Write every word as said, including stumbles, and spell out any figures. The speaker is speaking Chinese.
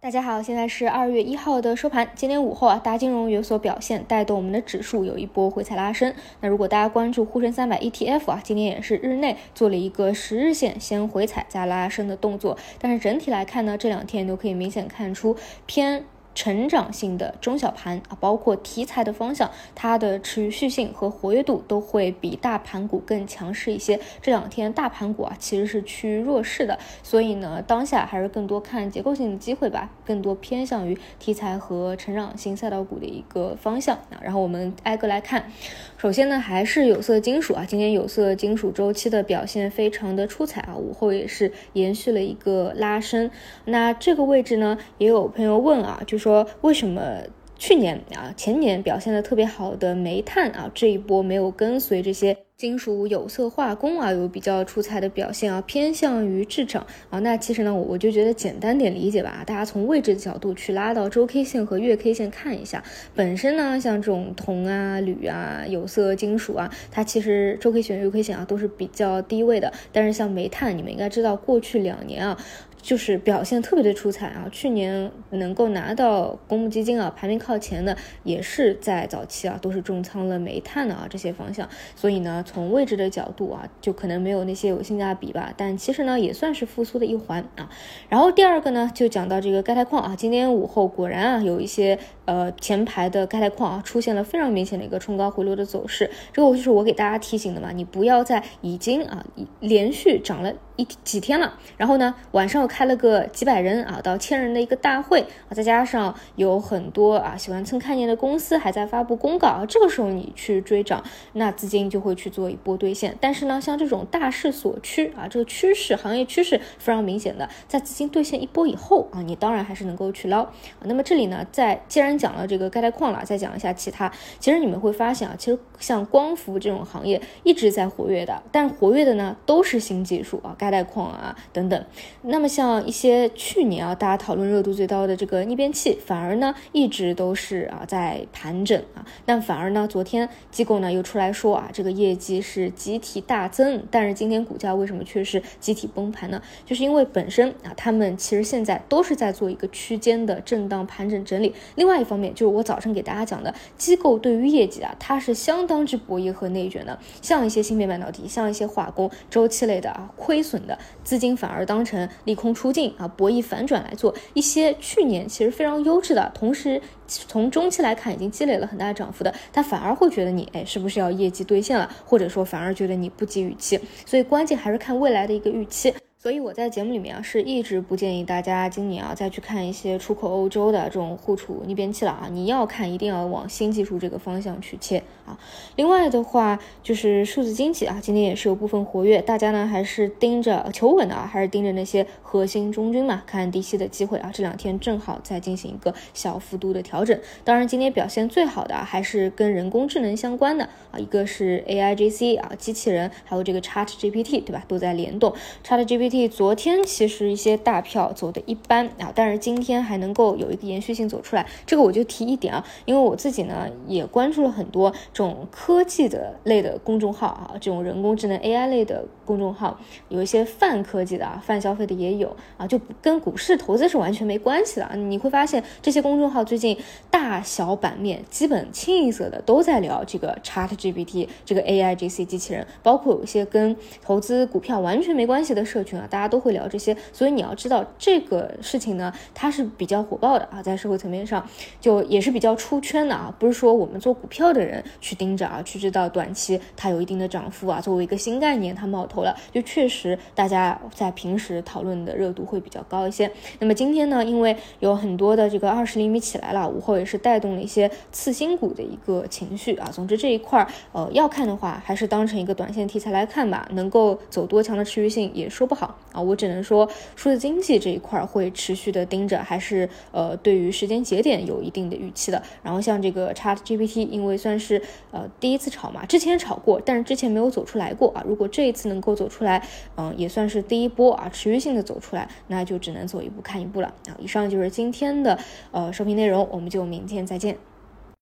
大家好，现在是二月一号的收盘。今天午后啊，大金融有所表现，带动我们的指数有一波回踩拉升。那如果大家关注沪深三百 E T F 啊，今天也是日内做了一个十日线先回踩再拉升的动作。但是整体来看呢，这两天都可以明显看出偏成长性的中小盘啊，包括题材的方向，它的持续性和活跃度都会比大盘股更强势一些。这两天大盘股啊其实是趋于弱势的，所以呢，当下还是更多看结构性的机会吧，更多偏向于题材和成长性赛道股的一个方向啊。然后我们挨个来看，首先呢还是有色金属啊，今天有色金属周期的表现非常的出彩啊，午后也是延续了一个拉升。那这个位置呢，也有朋友问啊，就是说为什么去年啊前年表现的特别好的煤炭啊这一波没有跟随这些金属有色化工啊有比较出彩的表现啊，偏向于滞涨啊？那其实呢我我就觉得简单点理解吧，大家从位置的角度去拉到周 K 线和月 K 线看一下，本身呢像这种铜啊铝啊有色金属啊，它其实周 K 线月 K 线啊都是比较低位的，但是像煤炭你们应该知道过去两年啊就是表现特别的出彩啊，去年能够拿到公募基金啊排名靠前的也是在早期啊都是重仓了煤炭的啊这些方向，所以呢从位置的角度啊就可能没有那些有性价比吧，但其实呢也算是复苏的一环啊。然后第二个呢就讲到这个钙钛矿啊，今天午后果然啊有一些呃前排的钙钛矿啊出现了非常明显的一个冲高回落的走势，这个就是我给大家提醒的嘛，你不要在已经啊连续涨了一几天了，然后呢晚上又开了个几百人啊到千人的一个大会啊，再加上有很多啊喜欢蹭看见的公司还在发布公告啊，这个时候你去追涨，那资金就会去做一波兑现。但是呢像这种大势所趋啊，这个趋势行业趋势非常明显的，在资金兑现一波以后啊，你当然还是能够去捞啊。那么这里呢在既然讲了这个钙钛矿了，再讲一下其他，其实你们会发现啊，其实像光伏这种行业一直在活跃的，但活跃的呢都是新技术啊，钙钛矿啊等等。那么像一些去年啊大家讨论热度最高的这个逆变器，反而呢一直都是啊在盘整啊，但反而呢昨天机构呢又出来说啊这个业绩是集体大增，但是今天股价为什么却是集体崩盘呢？就是因为本身啊他们其实现在都是在做一个区间的震荡盘整整理，另外一方面就是我早晨给大家讲的，机构对于业绩啊它是相当之博弈和内卷的，像一些芯片半导体，像一些化工周期类的啊亏损的资金反而当成利空出尽啊，博弈反转来做一些去年其实非常优质的，同时从中期来看已经积累了很大的涨幅的，他反而会觉得你哎是不是要业绩兑现了，或者说反而觉得你不及预期，所以关键还是看未来的一个预期。所以我在节目里面啊是一直不建议大家今年啊再去看一些出口欧洲的这种互储逆变器了啊，你要看一定要往新技术这个方向去切啊。另外的话就是数字经济啊，今天也是有部分活跃，大家呢还是盯着求稳的啊，还是盯着那些核心中军嘛，看低吸的机会啊，这两天正好在进行一个小幅度的调整。当然今天表现最好的啊还是跟人工智能相关的啊，一个是 A I G C 啊机器人，还有这个 Chat G P T 对吧，都在联动。 Chat G P T昨天其实一些大票走的一般啊，但是今天还能够有一个延续性走出来，这个我就提一点啊，因为我自己呢也关注了很多这种科技的类的公众号啊，这种人工智能 A I 类的公众号，有一些泛科技的啊，泛消费的也有啊，就跟股市投资是完全没关系的啊。你会发现这些公众号最近大小版面基本清一色的都在聊这个 Chat G P T 这个 A I G C 机器人，包括有一些跟投资股票完全没关系的社群啊，大家都会聊这些，所以你要知道这个事情呢它是比较火爆的啊，在社会层面上就也是比较出圈的啊，不是说我们做股票的人去盯着啊，去知道短期它有一定的涨幅啊，作为一个新概念它冒头了，就确实大家在平时讨论的热度会比较高一些。那么今天呢因为有很多的这个二十厘米起来了，午后也是带动了一些次新股的一个情绪啊，总之这一块呃要看的话还是当成一个短线题材来看吧，能够走多强的持续性也说不好啊，我只能说数字经济这一块会持续的盯着，还是呃对于时间节点有一定的预期的。然后像这个 Chat G P T 因为算是呃第一次炒嘛，之前炒过但是之前没有走出来过啊，如果这一次能够走出来嗯、呃、也算是第一波啊持续性的走出来，那就只能走一步看一步了啊。以上就是今天的呃收评内容，我们就明天再见。